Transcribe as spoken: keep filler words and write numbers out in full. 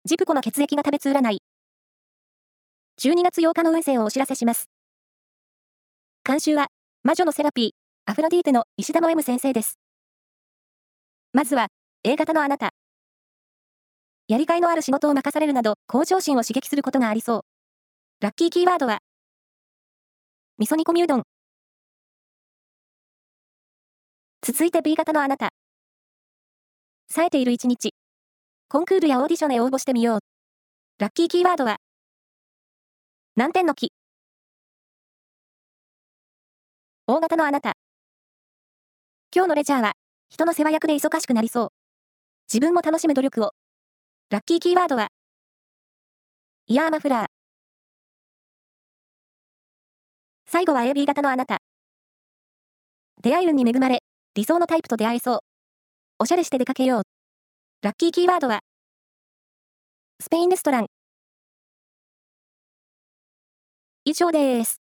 ジプコの血液が食べつ占い。じゅうにがつようかの運勢をお知らせします。監修は、魔女のセラピー、アフロディーテの石田の M 先生です。まずは、A 型のあなた。やりがいのある仕事を任されるなど、向上心を刺激することがありそう。ラッキーキーワードは、味噌煮込みうどん。続いて B 型のあなた。冴えている一日。コンクールやオーディションへ応募してみよう。ラッキーキーワードは、南天の木。O 型のあなた。今日のレジャーは、人の世話役で忙しくなりそう。自分も楽しむ努力を。ラッキーキーワードは、イヤーマフラー。最後は エービー 型のあなた。出会い運に恵まれ、理想のタイプと出会えそう。おしゃれして出かけよう。ラッキーキーワードは、スペインレストラン。以上です。